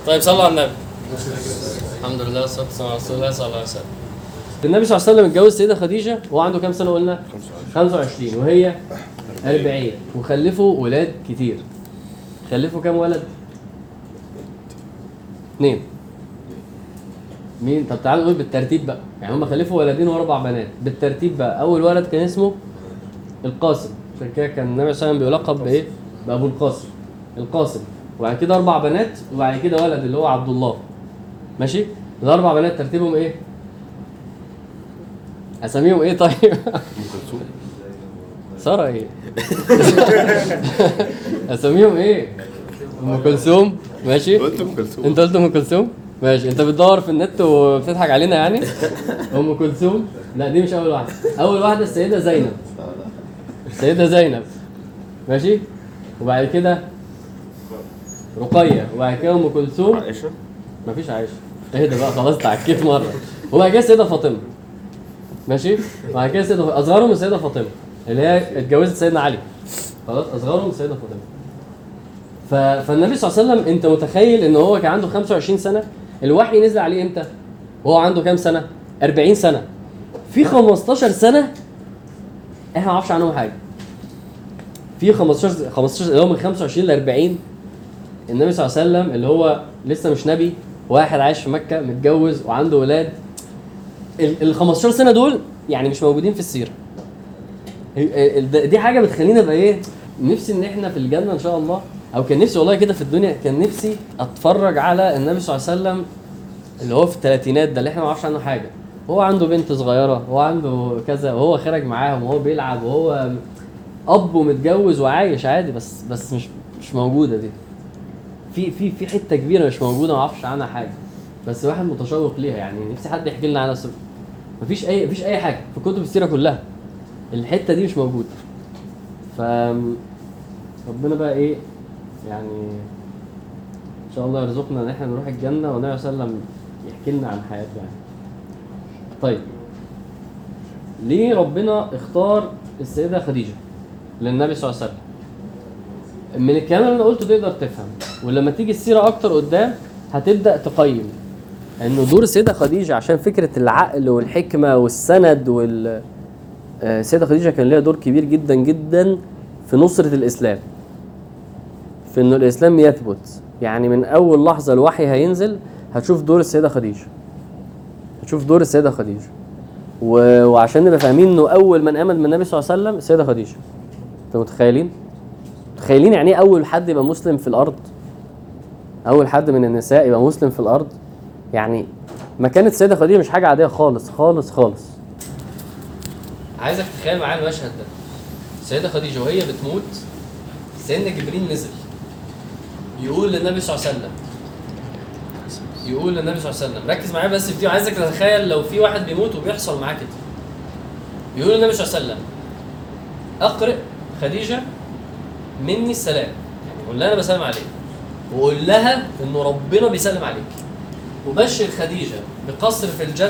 طيب صلوا على النبي. الحمد لله والصلاه والسلام على رسول الله صلى الله عليه وسلم. النبي صلى الله عليه وسلم اتجوز السيده خديجه وهو عنده كام سنه قلنا؟ 25 وهي 40 وخلفوا ولاد كتير. خلفوا كام ولد؟ 2. مين؟ طب تعالوا نقول بالترتيب بقى، يعني هم خلفوا ولدين واربع بنات بالترتيب بقى. اول ولد كان اسمه القاسم، عشان كده كان النبي صلى الله عليه وسلم بيلقب بايه؟ بابو القاسم، القاسم. وبعد كده 4 بنات وبعد كده ولد اللي هو عبد الله. ماشي؟ الاربع بنات ترتيبهم ايه؟ اساميهم ايه طيب؟ ساره ايه؟ اساميهم ايه؟ ام كلثوم. ماشي؟ قلت ام كلثوم. انت قلت ام كلثوم؟ ماشي. انت بتدور في النت وبتضحك علينا يعني؟ ام كلثوم؟ لا دي مش اول واحده. اول واحده السيده زينب. السيده زينب. ماشي؟ وبعد كده رقيه وبعد كده ام كلثوم. عائشه. مفيش عائشه. اهدى بقى خلاص تعكيت مره. وبعد كده السيده فاطمه. ماشي؟ وبعد كده السيده اصغرهم السيده فاطمه اللي هي اتجوزت سيدنا علي. خلاص اصغرهم السيده فاطمه. فالنبي صلى الله عليه وسلم انت متخيل ان هو كان عنده 25 سنه، الوحي نزل عليه امتى؟ وهو عنده كام سنه؟ 40 سنه. في 15 سنه احنا ما نعرفش عنهم حاجه. في 15 اللي هو من 25 ل 40 النبي صلى الله عليه وسلم اللي هو لسه مش نبي، واحد عايش في مكه متجوز وعنده ولاد. ال 15 سنه دول يعني مش موجودين في السيره. دي حاجه بتخلينا بقى ايه؟ نفسي ان احنا في الجنه ان شاء الله، او كان نفسي والله كده في الدنيا، كان نفسي اتفرج على النبي صلى الله عليه وسلم اللي هو في الثلاثينات ده اللي احنا ما نعرفش عنه حاجه. هو عنده بنت صغيره وهو عنده كذا وهو خارج معاهم وهو بيلعب وهو اب ومتجوز وعايش عادي، بس مش موجوده دي. في حته كبيره مش موجوده ما اعرفش عنها حاجه، بس واحد متشوق ليها. يعني نفسي حد يحكي لنا عنها. مفيش اي حاجه في كتب السيره كلها الحته دي مش موجوده. ف ربنا بقى ايه يعني ان شاء الله يرزقنا ان احنا نروح الجنه والنبي صلى الله عليه وسلم يحكي لنا عن حياته يعني. طيب ليه ربنا اختار السيده خديجه للنبي صلى الله عليه وسلم؟ من الكلام اللي انا قلته تقدر تفهم، ولما تيجي السيره اكتر قدام هتبدا تقيم انه دور السيده خديجه عشان فكره العقل والحكمه والسند السيده خديجه كان لها دور كبير جدا جدا في نصره الاسلام، في انه الاسلام يثبت. يعني من اول لحظه الوحي هينزل هتشوف دور السيده خديجه، هتشوف دور السيده خديجه. وعشان نبقى فاهمين انه اول من امن من النبي صلى الله عليه وسلم السيده خديجه. انتوا متخيلين يعني ايه اول حد يبقى مسلم في الارض؟ اول حد من النساء يبقى مسلم في الارض. يعني مكانه السيده خديجه مش حاجه عاديه خالص خالص خالص. عايزك تتخيل معايا المشهد ده. السيده خديجه وهي بتموت سيدنا جبريل نزل يقول للنبي صلى الله عليه وسلم، ركز معايا بس في دي، عايزك تتخيل لو في واحد بيموت وبيحصل معاه كده. بيقول للنبي صلى الله عليه وسلم اقرئ خديجه مني السلام، يعني قول لها انا بسلم عليك وقول لها انه ربنا بيسلم عليك، وبشر خديجه بقصر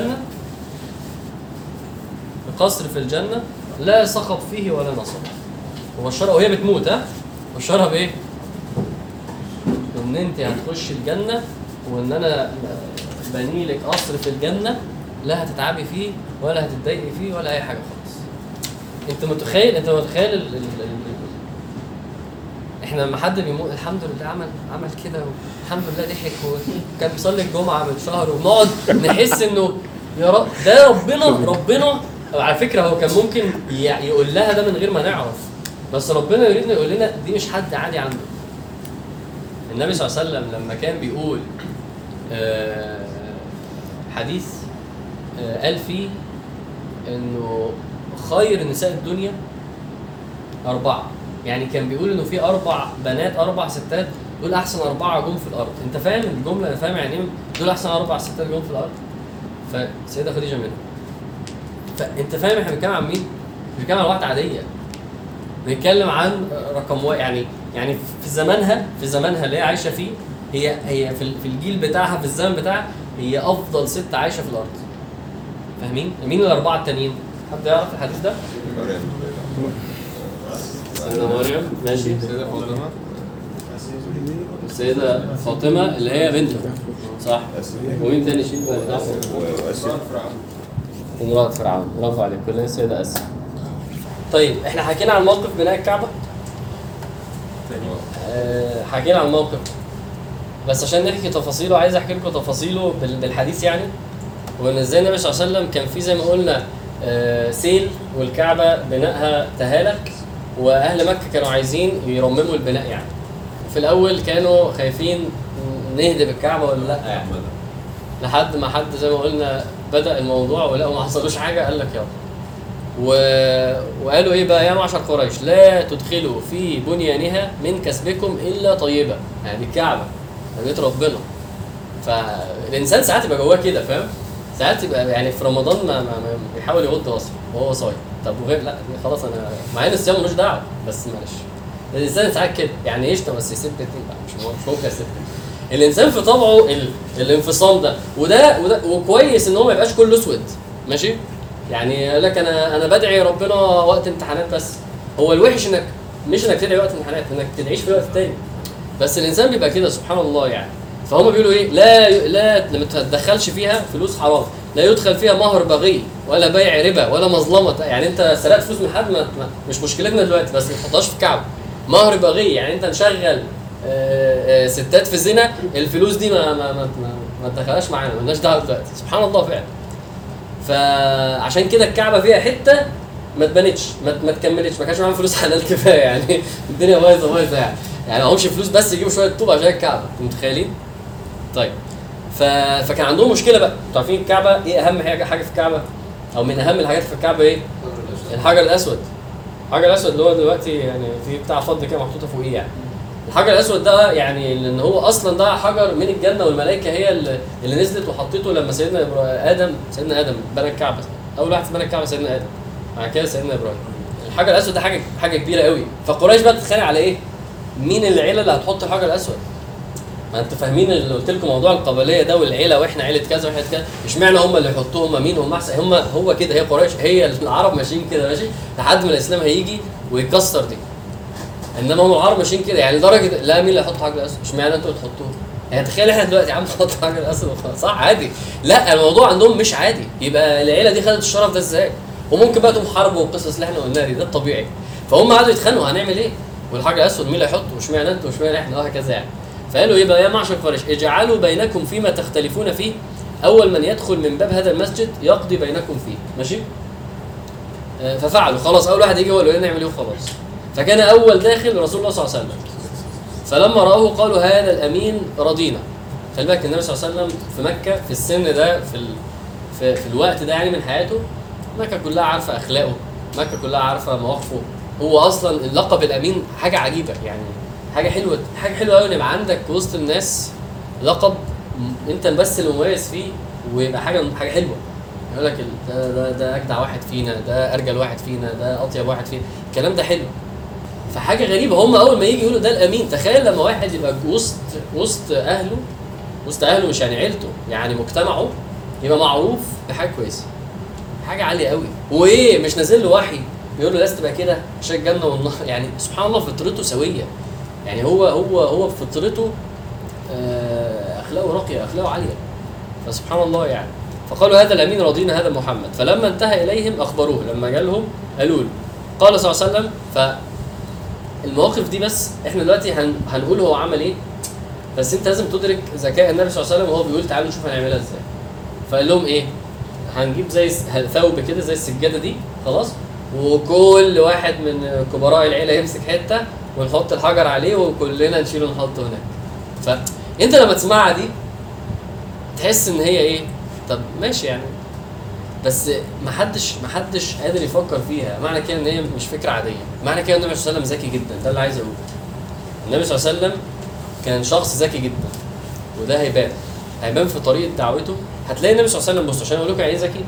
في الجنه لا سخط فيه ولا نصب. وبشرها وهي بتموت، بشرها بايه؟ ان انت هتخش الجنه وان انا بني لك قصر في الجنه لا هتتعبي فيه ولا هتتضايقي فيه ولا اي حاجه خالص. انت متخيل احنا لما حد بيموت الحمد لله عمل كده والحمد لله ضحك وكان بيصلي الجمعه من شهر، ونقعد نحس انه يا رب ده ربنا. على فكره هو كان ممكن يقول لها ده من غير ما نعرف، بس ربنا يريدنا يقول لنا دي مش حد عادي عنده. النبي صلى الله عليه وسلم لما كان بيقول حديث قال فيه انه خير نساء الدنيا 4، يعني كان بيقول انه في 4 بنات 4 ستات دول احسن 4 جم في الارض. انت فاهم الجمله؟ انا فاهم يعني دول احسن 4 ستات جم في الارض، فسيده خديجه منهم. فانت فاهم احنا بنتكلم عن مين؟ مش بنتكلم عن واحده عاديه، بنتكلم عن رقم واحد. يعني في زمانها اللي هي عايشه فيه، هي في الجيل بتاعها في الزمن بتاعها هي افضل ست عايشه في الارض. فاهمين؟ مين ال4 التانيين؟ حد يعرف الحديث ده؟ سيدة مريم. ماشي. السيده فاطمه اللي هي بنته صح. ومين تاني شيء ومرأة فرعون. برافو عليك، كلنا السيده اسيا. طيب احنا حكينا عن موقف بناء الكعبه. حكينا عن الموقف بس عشان نحكي تفاصيله عايز احكي لكم تفاصيله بالحديث يعني. وان ازاي النبي صلى الله عليه وسلم كان في زي ما قلنا سيل والكعبه بنائها تهالك، واهل مكه كانوا عايزين يرمموا البناء يعني. في الاول كانوا خايفين نهدم الكعبه ولا لا يعني، لحد ما حد زي ما قلنا بدا الموضوع ولقوا ما حصلوش حاجه قال لك يلا. وقالوا ايه بقى يا معشر قريش لا تدخلوا في بنيانها من كسبكم الا طيبه، يعني الكعبه بيت ربنا. فالانسان ساعات يبقى جواه كده فاهم، ساعات يبقى يعني في رمضان ما بيحاول يغض بصره وهو صايم. طب وغير لا خلاص انا مع ان الصيام ملوش دعوه بس معلش الانسان ساعات كده يعني يشتم بس يسيب الدين بقى مش ممكن يسيب. الانسان في طبعه الانفصام ده وده وكويس ان هو ما يبقاش كله اسود ماشي. يعني يقول لك انا بدعي ربنا وقت امتحانات بس. هو الوحش انك مش انك تدعي وقت امتحانات، انك تدعيش في الوقت التاني. بس الانسان بيبقى كده سبحان الله يعني. فهم بيقولوا ايه لا ما تدخلش فيها فلوس حرام، لا يدخل فيها مهر بغي ولا بيع ربا ولا مظلمه. يعني انت سرقت فلوس من حد مش مشكلتنا دلوقتي بس ما تحطهاش في الكعبه. مهر بغي يعني انت نشغل ستات في الزنا، الفلوس دي ما تدخلهاش معانا مالناش دعوه دلوقتي. سبحان الله فعلا. فعشان كده الكعبه فيها حته ما اتبنتش ما تكملتش، ما كانش معاهم فلوس حلال كفايه يعني الدنيا بايظه يعني معهمش فلوس بس يجيبوا شويه طوب عشان الكعبه. انتوا متخيلين؟ طيب فكان عندهم مشكله بقى. انتوا عارفين الكعبه ايه اهم حاجه في الكعبه او من اهم الحاجات في الكعبه ايه؟ الحجر الاسود. الحجر الاسود اللي هو دلوقتي يعني في بتاع فضه كده محطوطه فوقيه يعني. الحجر الاسود ده يعني لان هو اصلا ده حجر من الجنه والملائكه هي اللي نزلت وحطيته لما سيدنا ادم بنى الكعبه. اول واحد بنى الكعبه سيدنا ادم، بعد كده سيدنا ابراهيم. الحجر الاسود ده حاجه كبيره قوي. فقريش بقى بتتخانق على ايه؟ مين العيله اللي هتحط الحجر الاسود؟ ما انتوا فاهمين اللي قلت لكم موضوع القبليه ده والعيله، واحنا عيله كذا واحنا كذا. اشمعنى هم اللي يحطوه؟ هم مين؟ هم احسن. هو كده، هي قريش، هي العرب ماشيين كده ماشي لحد ما الاسلام هيجي ويكسر دي. انما هم العرب ماشيين كده يعني لدرجه لا مين اللي هيحط حجر اسود؟ اشمعنى انتوا اللي تحطوه؟ يعني تخيل احنا دلوقتي يا عم نحط حجر اسود صح عادي. لا الموضوع عندهم مش عادي. يبقى العيله دي خدت الشرف ده ازاي؟ وممكن بقى تقوم حرب والقصص اللي احنا قلناها دي، ده الطبيعي. فهم قعدوا يتخانقوا هنعمل ايه؟ والحجر الاسود مين اللي هيحطه؟ واشمعنى انتوا واشمعنى احنا وهكذا يعني. فقالوا ايه بقى يا معشر قريش اجعلوا بينكم فيما تختلفون فيه، اول من يدخل من باب هذا المسجد يقضي بينكم فيه ماشي. ففعلوا خلاص، اول واحد يجي هو اللي نعمل ايه وخلاص. فكان اول داخل رسول الله صلى الله عليه وسلم. فلما راوه قالوا هذا الامين رضينا. خلي بالك النبي صلى الله عليه وسلم في مكه في السن ده في الوقت ده يعني من حياته، مكه كلها عارفه اخلاقه، مكه كلها عارفه مواقفه. هو اصلا اللقب الامين حاجه عجيبه يعني، حاجه حلوه قوي ان يبقى عندك وسط الناس لقب انت بس المميز فيه ويبقى حاجه حلوه. يقول لك ده اجدع واحد فينا، ده ارجل واحد فينا، ده اطيب واحد فينا، الكلام ده حلو. فحاجه غريبه هم اول ما يجي يقولوا ده الامين. تخيل لما واحد يبقى وسط اهله مش يعني عيلته يعني مجتمعه، يبقى معروف بحاجه كويسه، حاجه عاليه قوي. وايه مش نازل له وحي يقول له لازم تبقى كده عشان الجنه والنار. يعني سبحان الله فطرته سويه يعني. هو بفطرته اخلاقه راقيه، اخلاقه عاليه. فسبحان الله يعني. فقالوا هذا الامين رضينا هذا محمد. فلما انتهى اليهم اخبروه، لما جالهم قالوا له قال صلى الله عليه وسلم. فالمواقف دي بس احنا دلوقتي هنقول هو عمل ايه، بس انت لازم تدرك ذكاء النبي صلى الله عليه وسلم وهو بيقول تعالوا نشوف هنعملها ازاي. فقال لهم ايه؟ هنجيب زي ثوب كده زي السجاده دي خلاص، وكل واحد من كبراء العيله يمسك حته ونحط الحجر عليه وكلنا نشيله ونحطه هناك. فانت لما تسمعها دي تحس ان هي ايه؟ طب ماشي يعني، بس محدش قادر يفكر فيها. معنى كده ان هي مش فكره عاديه، معنى كده ان النبي صلى الله عليه وسلم ذكي جدا. ده اللي عايز اقوله. النبي صلى الله عليه وسلم كان شخص ذكي جدا، وده هيبان في طريقه دعوته. هتلاقي النبي صلى الله عليه وسلم، بص عشان اقول لكم يعني ايه ذكي.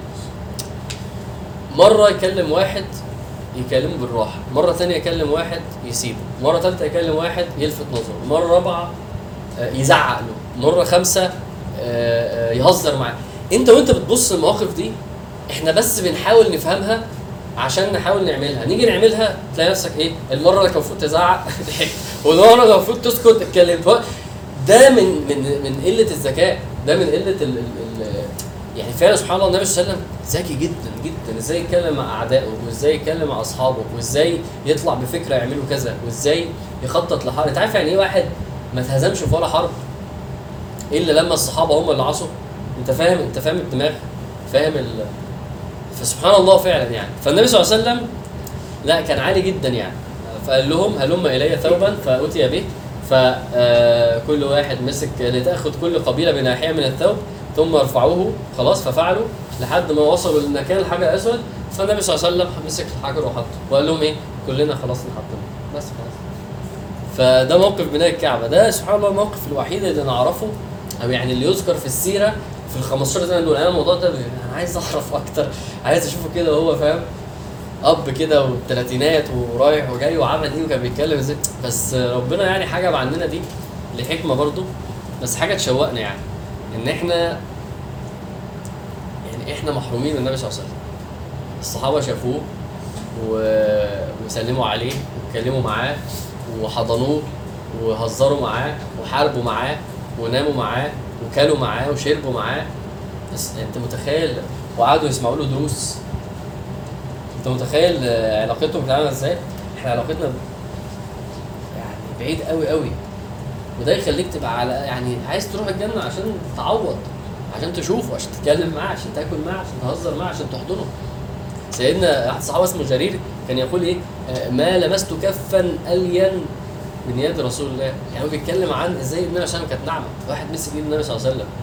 مره يكلم واحد يكلمه بالراحه، مره ثانيه يكلم واحد يسيبه، مره ثالثه يكلم واحد يلفت نظره، مره رابعه يزعق له، مره خامسه يهزر معاه. وانت بتبص المواقف دي احنا بس بنحاول نفهمها عشان نحاول نعملها. نيجي نعملها تلاقي نفسك ايه؟ المره اللي كان المفروض تزعق والمره اللي المفروض تسكت اتكلمت. ده من قله الذكاء، ده من قله يعني فعلا سبحان الله النبي صلى الله عليه وسلم ذكي جدا جدا، ازاي يتكلم مع اعدائه، وازاي يتكلم مع اصحابه، وازاي يطلع بفكره يعملوا كذا، وازاي يخطط لحرب. انت عارف يعني ايه واحد ما اتهزمش في ولا حرب الا لما الصحابه هم اللي عصوا؟ انت فاهم الدماغ، فاهم فسبحان الله فعلا يعني. فالنبي صلى الله عليه وسلم لا كان عالي جدا يعني. فقال لهم هلم الي ثوبا فاتي به، فكل واحد مسك لتاخذ كل قبيله بناحيه من الثوب ثم ارفعوه، خلاص ففعلوا لحد ما وصلوا لمكان الحجر الاسود. فالنبي صلى الله عليه وسلم مسك الحجر وحطه وقال لهم ايه كلنا خلاص نحطه بس خلاص. فده موقف بناء الكعبه، ده سبحان الله الموقف الوحيد اللي نعرفه او يعني اللي يذكر في السيره في ال 15 سنه دول. انا الموضوع ده انا عايز اعرف اكتر، عايز اشوفه كده وهو فاهم اب كده والثلاثينات ورايح وجاي وعمل ايه وكان بيتكلم ازاي. بس ربنا يعني حاجه عننا دي لحكمه برضو، بس حاجه تشوقنا يعني ان احنا محرومين من النبي صلى الله عليه وسلم. الصحابه شافوه وسلموا عليه واتكلموا معاه وحضنوه وهزروا معاه وحاربوا معاه وناموا معاه وكلوا معاه وشربوا معاه. بس انت متخيل؟ وقعدوا يسمعوا له دروس. انت متخيل علاقتهم بتاعنا ازاي؟ احنا علاقتنا يعني بعيد قوي قوي، وده يخليك تبقى على يعني عايز تروح الجنه عشان تعوض، عشان تشوفه، عشان تتكلم معاه، عشان تاكل معاه، عشان تهزر معاه، عشان تحضنه. سيدنا احد الصحابه اسمه جرير كان يقول ايه ما لمست كفا الين من يد رسول الله. يعني هو بيتكلم عن ازاي النبي صلى الله عليه وسلم كانت نعمه، واحد مسك ايد النبي صلى الله عليه وسلم.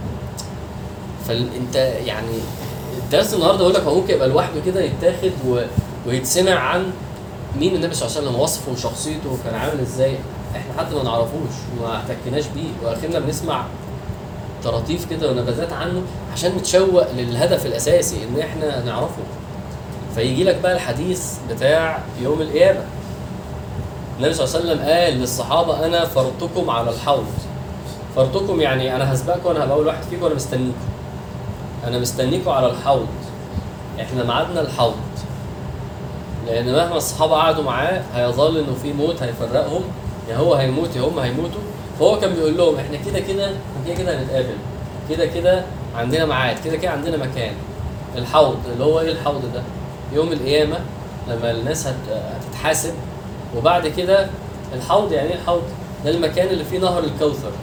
فانت يعني الدرس النهارده اقول لك هو ممكن يبقى لوحده كده يتاخد ويتسمع عن مين النبي صلى الله عليه وسلم، وصفه وشخصيته كان عامل ازاي. احنا حتى ما نعرفوش وما احتكناش بيه، واخرنا بنسمع طراطيف كده ونبذات عنه عشان نتشوق للهدف الاساسي ان احنا نعرفه. فيجي لك بقى الحديث بتاع يوم القيامه. النبي صلى الله عليه وسلم قال للصحابه انا فرطكم على الحوض. فرطكم يعني انا هسبقكم، انا هبقى اول واحد فيكم، انا مستنيكم على الحوض. احنا ميعادنا الحوض، لان مهما الصحابه قعدوا معاه هيظل انه في موت هيفرقهم، يا هو هيموت يا هم هيموتوا. فهو كان بيقول لهم احنا كده كده هنتقابل، كده كده عندنا ميعاد، كده كده عندنا مكان. الحوض اللي هو ايه الحوض ده؟ يوم القيامه لما الناس هتتحاسب. وبعد كده الحوض يعني ايه الحوض؟ ده المكان اللي فيه نهر الكوثر.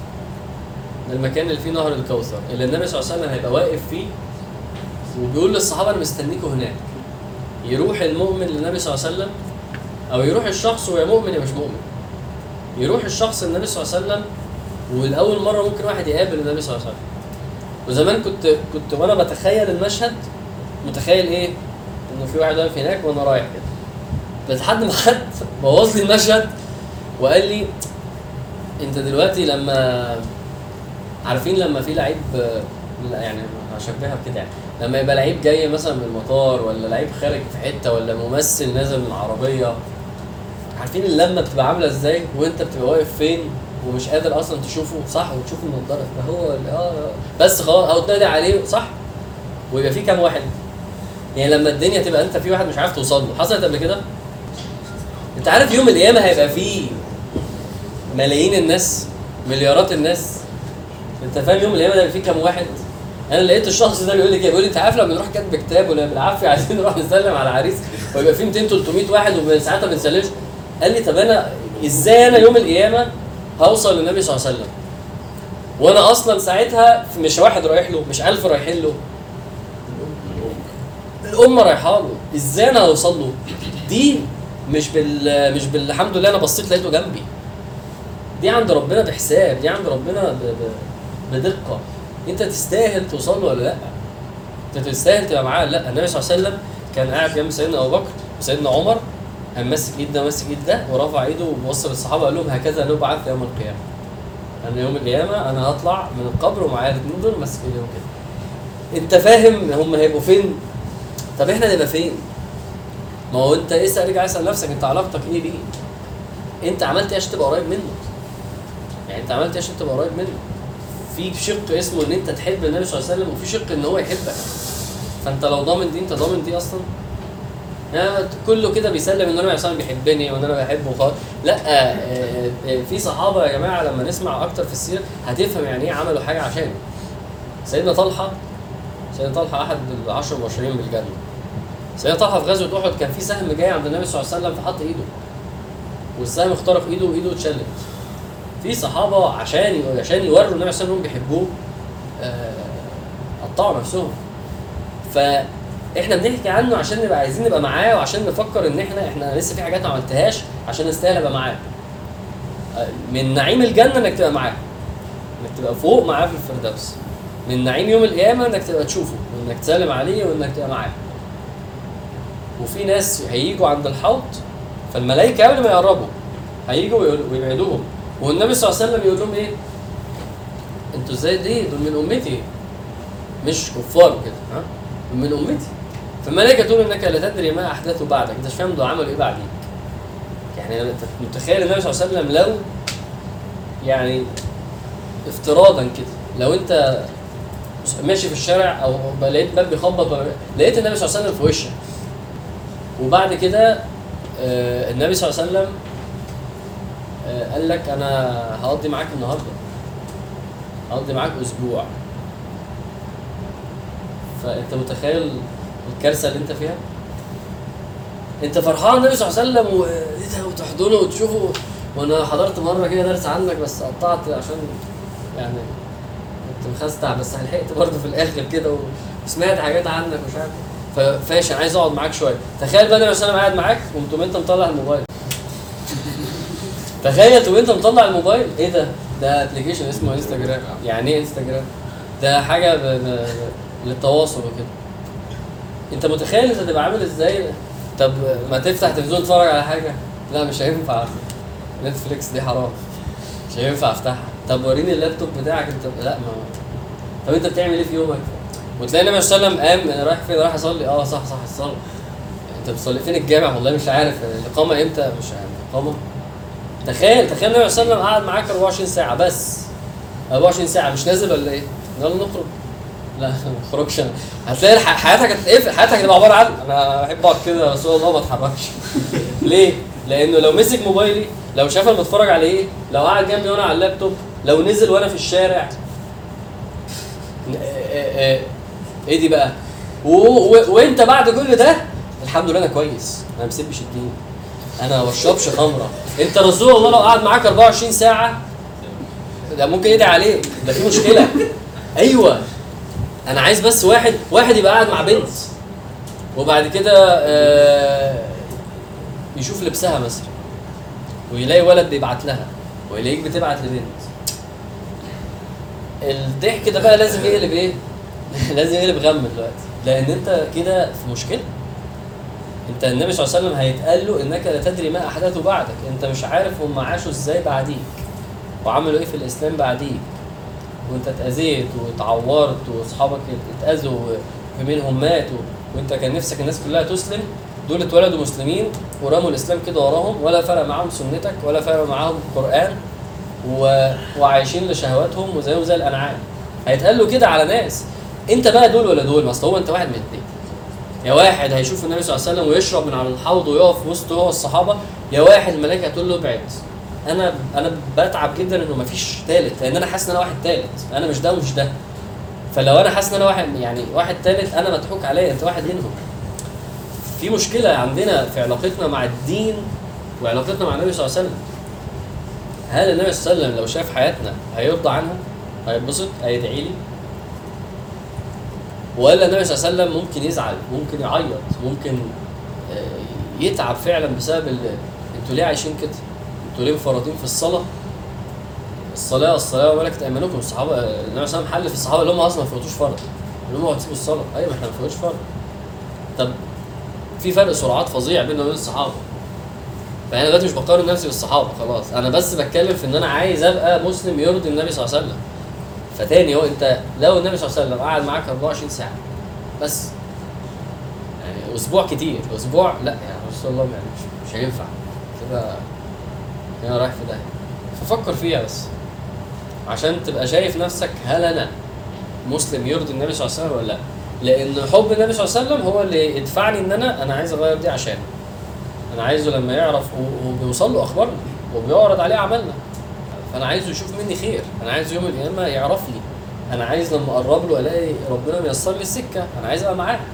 ده المكان اللي فيه نهر الكوثر اللي النبي صلى الله عليه وسلم هيبقى واقف فيه وبيقول للصحابه انا مستنيكم هناك. يروح المؤمن للنبي صلى الله عليه وسلم، او يروح الشخص وهو مؤمن يا مش مؤمن. يروح الشخص للنبي صلى الله عليه وسلم، والاول مره ممكن واحد يقابل النبي صلى الله عليه وسلم. وزمان كنت وانا بتخيل المشهد متخيل ايه؟ انه في واحد واقف هناك وانا رايح كده. بس لحد ما حد بوظ لي المشهد وقال لي انت دلوقتي لما عارفين لما في لعيب يعني هشبهها بكده يعني لما يبقى لعيب جاي مثلا من المطار، ولا لعيب خارج في حته، ولا ممثل نازل من عربيه، عارفين اللمه بتبقى عامله ازاي وانت بتبقى واقف فين ومش قادر اصلا تشوفه صح، وتشوف النضاره ده هو بس خلاص او تنادي عليه صح. ويبقى في كام واحد يعني لما الدنيا تبقى انت في واحد مش عارف توصل له. حصلت قبل كده؟ انت عارف يوم القيامه هيبقى فيه ملايين الناس، مليارات الناس. انت فاهم يوم القيامه ده هيبقى فيه كام واحد؟ انا لقيت الشخص ده بيقول لي كده، بيقول لي انت عارف لما بنروح كاتب كتاب ولا بالعافيه عايزين نروح نسلم على عريس ويبقى فيه 200 300 واحد وساعتها ما بنسلمش. قال لي طب انا ازاي انا يوم القيامه هوصل للنبي صلى الله عليه وسلم وانا اصلا ساعتها مش واحد رايح له، مش 1000 رايحين له، الامه رايحه له. ازاي انا هوصل له؟ دي مش بالحمد لله انا بصيت لقيته جنبي، دي عند ربنا بحساب، دي عند ربنا بدقه. انت تستاهل توصل له ولا لا؟ انت تستاهل تبقى معاه لا؟ النبي صلى الله عليه وسلم كان قاعد جنب سيدنا ابو بكر وسيدنا عمر، قام ماسك ايد ده ماسك ايد ده ورفع ايده ووصل الصحابه قال لهم هكذا نبعث يوم القيامه. انا يوم القيامه انا هطلع من القبر ومعايا الاثنين دول ماسك ايدهم كده. انت فاهم هم هيبقوا فين؟ طب احنا نبقى فين؟ ما هو انت ارجع اسال نفسك انت علاقتك ايه بيه؟ انت عملت ايه عشان تبقى قريب منه؟ يعني انت عملت ايه عشان تبقى قريب منه؟ في شق اسمه ان انت تحب النبي صلى الله عليه وسلم، وفي شق ان هو يحبك. فانت لو ضامن دي انت ضامن دي اصلا؟ يعني كله كده بيسلم ان النبي عليه بيحبني وان انا بحبه وخلاص. لا، في صحابه يا جماعه لما نسمع اكتر في السيره هتفهم يعني ايه عملوا حاجه عشانه. سيدنا طلحه احد العشر المبشرين بالجنه. سيدنا طلحه في غزوه احد كان في سهم جاي عند النبي صلى الله عليه وسلم فحط ايده، والسهم اخترق ايده وايده اتشلت. في صحابه عشان يوروا النبي صلى الله عليه وسلم انهم بيحبوه قطعوا نفسهم. فاحنا بنحكي عنه عشان نبقى عايزين نبقى معاه، وعشان نفكر ان احنا لسه في حاجات ما عملتهاش عشان نستاهل ابقى معاه. من نعيم الجنه انك تبقى معاه، انك تبقى فوق معاه في الفردوس. من نعيم يوم القيامه انك تبقى تشوفه وانك تسلم عليه وانك تبقى معاه. وفي ناس هييجوا عند الحوض فالملائكه قبل ما يقربوا هييجوا ويبعدوهم، والنبي صلى الله عليه وسلم يقول لهم ايه؟ انتوا ازاي دي؟ دول من امتي، مش كفار كده، ها؟ من امتي. فالملائكه تقول انك لا تدري ما احدثوا بعدك، انت مش فاهم دول عملوا ايه بعديك. يعني انت متخيل النبي صلى الله عليه وسلم لو يعني افتراضا كده لو انت ماشي في الشارع او لقيت باب بيخبط لقيت النبي صلى الله عليه وسلم في وشك، وبعد كده النبي صلى الله عليه وسلم قال لك انا هقضي معاك النهارده، هقضي معاك اسبوع، فانت متخيل الكارثه اللي انت فيها؟ انت فرحان النبي صلى الله عليه وسلم وتحضنه وتشوفه. وانا حضرت مره كده درس عنك بس قطعت عشان يعني كنت مخستع، بس لحقت برضه في الاخر كده وسمعت حاجات عنك ومش عارف. ففاشل عايز اقعد معاك شويه. تخيل بقى النبي صلى الله عليه وسلم قاعد معاك وانتم انت مطلع الموبايل. تخيل وانت مطلع الموبايل، ايه ده؟ ده ابلكيشن اسمه انستجرام. يعني ايه انستجرام؟ ده حاجه للتواصل وكده. انت متخيل انت تبقى عامل ازاي؟ طب ما تفتح تلفزيون تتفرج على حاجه؟ لا مش هينفع، نتفليكس دي حرام، مش هينفع افتحها. طب وريني اللابتوب بتاعك انت، لا ما. طب انت بتعمل ايه في يومك؟ وتلاقي النبي صلى الله عليه وسلم قام، انا رايح فين؟ رايح اصلي. صح الصلاه. انت بتصلي فين؟ الجامع؟ والله مش عارف. الاقامه امتى؟ مش عارف الاقامه. تخيل النبي صلى الله عليه وسلم قاعد معاك 24 ساعه بس، 24 ساعه مش نازل ولا ايه؟ يلا نخرج. لا ما نخرجش. هتلاقي حياتك هتتقفل، حياتك هتبقى عباره عن انا بحب اقعد كده يا رسول الله ما اتحركش. ليه؟ لانه لو مسك موبايلي، لو شاف انا بتفرج على ايه، لو قاعد جنبي وانا على اللابتوب، لو نزل وانا في الشارع، ايه دي بقى؟ وانت بعد كل ده الحمد لله انا كويس، انا ما بسيبش الدين، انا ما بشربش خمره. انت رسول الله لو قعد معاك 24 ساعه ده ممكن يدعي عليك، ده في مشكله. ايوه انا عايز بس واحد يبقى قاعد مع بنت وبعد كده يشوف لبسها مثلا ويلاقي ولد بيبعت لها ويلاقيك بتبعت لبنت. الضحك ده بقى لازم يقلب ايه؟ لازم يقلب غم دلوقتي، لان انت كده في مشكله. انت النبي صلى الله عليه وسلم هيتقال له انك لا تدري ما احدثوا بعدك، انت مش عارف هم عاشوا ازاي بعديك وعملوا ايه في الاسلام بعديك، وانت اتاذيت واتعورت واصحابك اتاذوا وفي منهم ماتوا، وانت كان نفسك الناس كلها تسلم. دول اتولدوا مسلمين ورموا الاسلام كده وراهم، ولا فرق معاهم سنتك ولا فرق معاهم القران، وعايشين لشهواتهم وزيهم زي الانعام. هيتقال له كده على ناس. انت بقى دول ولا دول؟ اصل هو انت واحد من الاثنين، يا واحد هيشوف النبي صلى الله عليه وسلم ويشرب من على الحوض ويقف وسطه هو الصحابه، يا واحد الملائكه هتقول له ابعد. انا بتعب جدا انه مفيش ثالث، لان انا حاسس ان انا واحد ثالث، انا مش ده ومش ده. فلو انا حاسس ان انا واحد ثالث، انا مضحوك عليا، انت واحد منهم. في مشكله عندنا في علاقتنا مع الدين وعلاقتنا مع النبي صلى الله عليه وسلم. هل النبي صلى الله عليه وسلم لو شاف حياتنا هيرضى عنها؟ هيتبسط؟ هيدعي لي؟ ولا النبي صلى الله عليه وسلم ممكن يزعل، ممكن يعيط، ممكن يتعب فعلا بسبب انتوا ليه عايشين كده؟ انتوا ليه مفرطين في الصلاه وملكت ايمانكم؟ الصحابه النبي صلى الله عليه وسلم حل في الصحابه اللي هم اصلا ما فوتوش فرض، اللي هم هتسيبوا الصلاه. ايوه احنا ما فوتوش فرض. طب في فرق سرعات فظيع بيننا وبين الصحابه. فانا دلوقتي مش بقارن نفسي بالصحابه خلاص، انا بس بتكلم في ان انا عايز ابقى مسلم يرضي النبي صلى الله عليه وسلم. فتاني، هو انت لو النبي صلى الله عليه وسلم قعد معاك 24 ساعه بس، يعني اسبوع كتير، اسبوع لا يعني رسول الله يعني مش هينفع كده، انا رايح في ده. ففكر فيها بس عشان تبقى شايف نفسك، هل انا مسلم يرضي النبي صلى الله عليه وسلم ولا لا؟ لان حب النبي صلى الله عليه وسلم هو اللي يدفعني ان انا عايز اغير دي عشانه. انا عايزه لما يعرف وبيوصل له اخبارنا وبيعرض عليه اعمالنا، فانا عايزه يشوف مني خير، انا عايز يوم القيامه يعرفني، انا عايز لما اقرب له الاقي ربنا ميسر لي السكه، انا عايز ابقى معاه.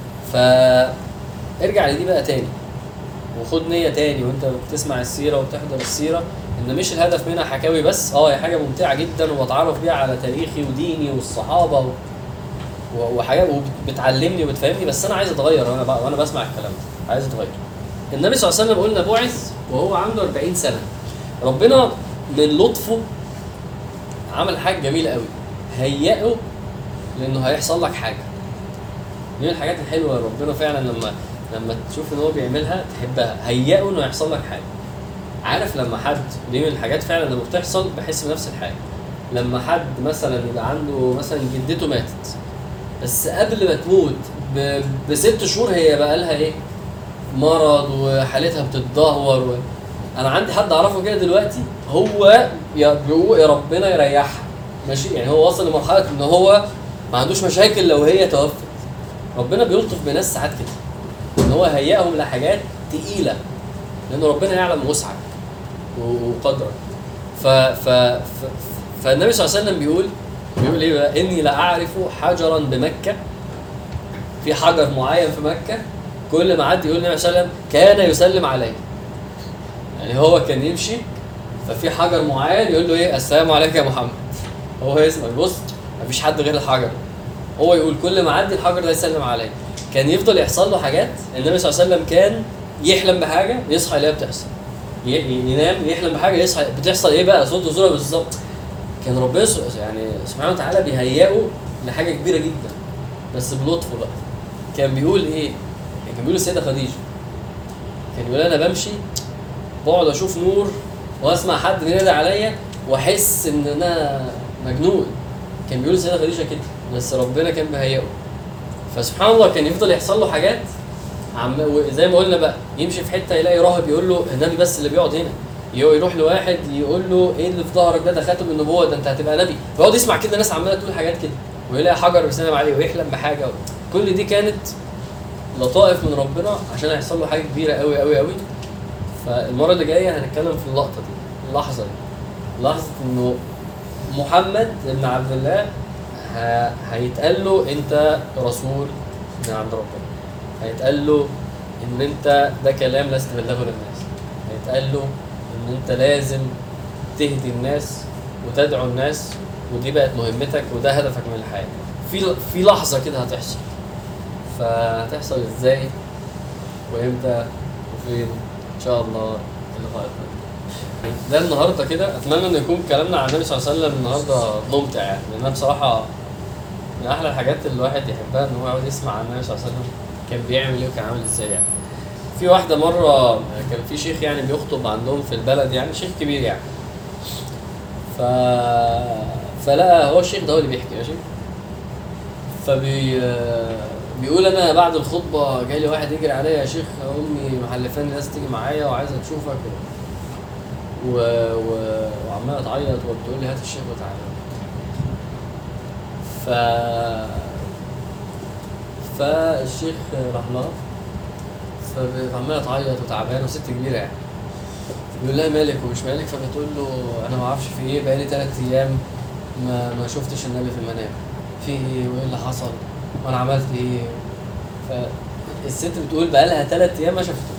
فارجع لدي بقى تاني وخد نيه تاني وانت بتسمع السيره وبتحضر السيره، ان مش الهدف منها حكاوي بس. هي حاجه ممتعه جدا وبتعرف بيها على تاريخي وديني والصحابه وحاجات وبتعلمني وبتفهمني، بس انا عايز اتغير وانا بسمع الكلام ده، عايز اتغير. النبي صلى الله عليه وسلم قلنا بعث وهو عنده 40 سنه. ربنا من لطفه عمل حاجه جميله قوي، هيئه لانه هيحصل لك حاجه. دي من الحاجات الحلوه ربنا فعلا لما تشوف ان هو بيعملها تحبها، هيئه انه يحصل لك حاجه. عارف لما حد، دي من الحاجات فعلا لما بتحصل بحس بنفس الحاجه. لما حد مثلا يبقى عنده مثلا جدته ماتت، بس قبل ما تموت ب6 شهور هي بقى لها ايه؟ مرض وحالتها بتتدهور انا عندي حد اعرفه كده دلوقتي، هو يا ربنا يريحها ماشي، يعني هو وصل لمرحله ان هو ما عندوش مشاكل لو هي توفت. ربنا بيلطف بناس ساعات كده ان هو هيئهم لحاجات تقيله، لان ربنا يعلم وسعك وقدرك. فالنبي صلى الله عليه وسلم بيقول ايه بقى؟ اني لا اعرف حجرا بمكه، في حجر معين في مكه كل ما عدى يقول النبي صلى الله عليه وسلم كان يسلم عليه. يعني هو كان يمشي ففي حجر معين يقول له ايه؟ السلام عليك يا محمد. هو يسمع بص مفيش حد غير الحجر، هو يقول كل ما عدي الحجر ده يسلم عليه. كان يفضل يحصل له حاجات. النبي صلى الله عليه وسلم كان يحلم بحاجه يصحى يلاقيها بتحصل، ينام يحلم بحاجه يصحى بتحصل. ايه بقى صوت وصوره بالظبط؟ كان ربنا يعني سبحانه وتعالى بيهيئه لحاجه كبيره جدا بس بلطفه بقى. كان بيقول ايه؟ كان بيقول السيده خديجه، كان يقول انا بمشي بقعد اشوف نور واسمع حد بينادي عليا واحس ان انا مجنون. كان بيقول السيده خديجه كده بس ربنا كان بيهيئه. فسبحان الله كان يفضل يحصل له حاجات زي ما قلنا بقى، يمشي في حته يلاقي راهب يقول له النبي بس اللي بيقعد هنا، يروح لواحد يقول له ايه اللي في ظهرك ده خاتم النبوه، ده انت هتبقى نبي. ويقعد يسمع كده ناس عماله تقول حاجات كده ويلاقي حجر بيسلم عليه ويحلم بحاجه. كل دي كانت لطائف من ربنا عشان هيحصل له حاجه كبيره قوي قوي قوي. فالمره اللي جايه هنتكلم في اللقطه دي، اللحظه دي، لحظه انه محمد بن عبد الله هيتقال له انت رسول من عند ربنا، هيتقال له ان انت ده كلام لا تبلغه للناس، هيتقال له ان انت لازم تهدي الناس وتدعو الناس ودي بقت مهمتك وده هدفك من الحياه. في لحظه كده هتحصل، فهتحصل ازاي وامتى وفين ان شاء الله اللقاء ده النهارده كده. اتمنى ان يكون كلامنا عن النبي صلى الله عليه وسلم النهارده ممتع، يعني لان انا بصراحه من احلى الحاجات اللي الواحد يحبها ان هو يقعد يسمع عن النبي صلى الله عليه وسلم كان بيعمل ايه وكان عامل ازاي. يعني في واحده مره كان في شيخ يعني بيخطب عندهم في البلد، يعني شيخ كبير يعني، فلقى هو الشيخ ده هو اللي بيحكي ماشي، بيقول انا بعد الخطبه جاي لي واحد يجري عليا يا شيخ امي محلفاني لازم تيجي معايا وعايزه تشوفك وعماله تعيط وبتقول لي هات الشيخ وتعالى. فالشيخ راح لها فعماله تعيط وتعبانه وست كبيره يعني، بيقول لها مالك ومش مالك، فبتقول له انا ما اعرفش في ايه، بقالي 3 ايام ما شفتش النبي في المنام، في ايه وايه اللي حصل وانا عملت ايه. فالست بتقول بقى لها 3 ايام ما شفتوش.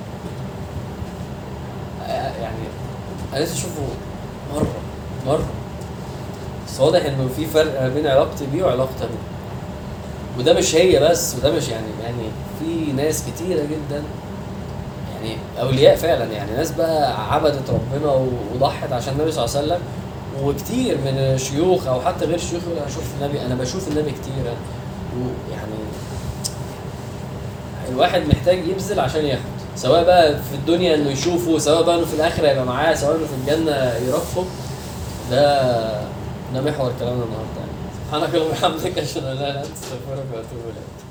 يعني انا لسه اشوفه مره بس واضح انه في فرق بين علاقتي بيه وعلاقتها بيه، وده مش هي بس، وده مش يعني في ناس كتيره جدا يعني اولياء فعلا، يعني ناس بقى عبدت ربنا وضحت عشان النبي صلى الله عليه وسلم. وكتير من الشيوخ او حتى غير الشيوخ يقول انا بشوف النبي كتير. ويعني الواحد محتاج يبذل عشان ياخد، سواء بقى في الدنيا انه يشوفه، سواء بقى انه في الاخره يبقى معاه، سواء انه في الجنه يرافقه. ده محور كلامنا النهارده يعني. سبحانك اللهم وبحمدك اشهد ان لا اله الا انت استغفرك واتوب اليك.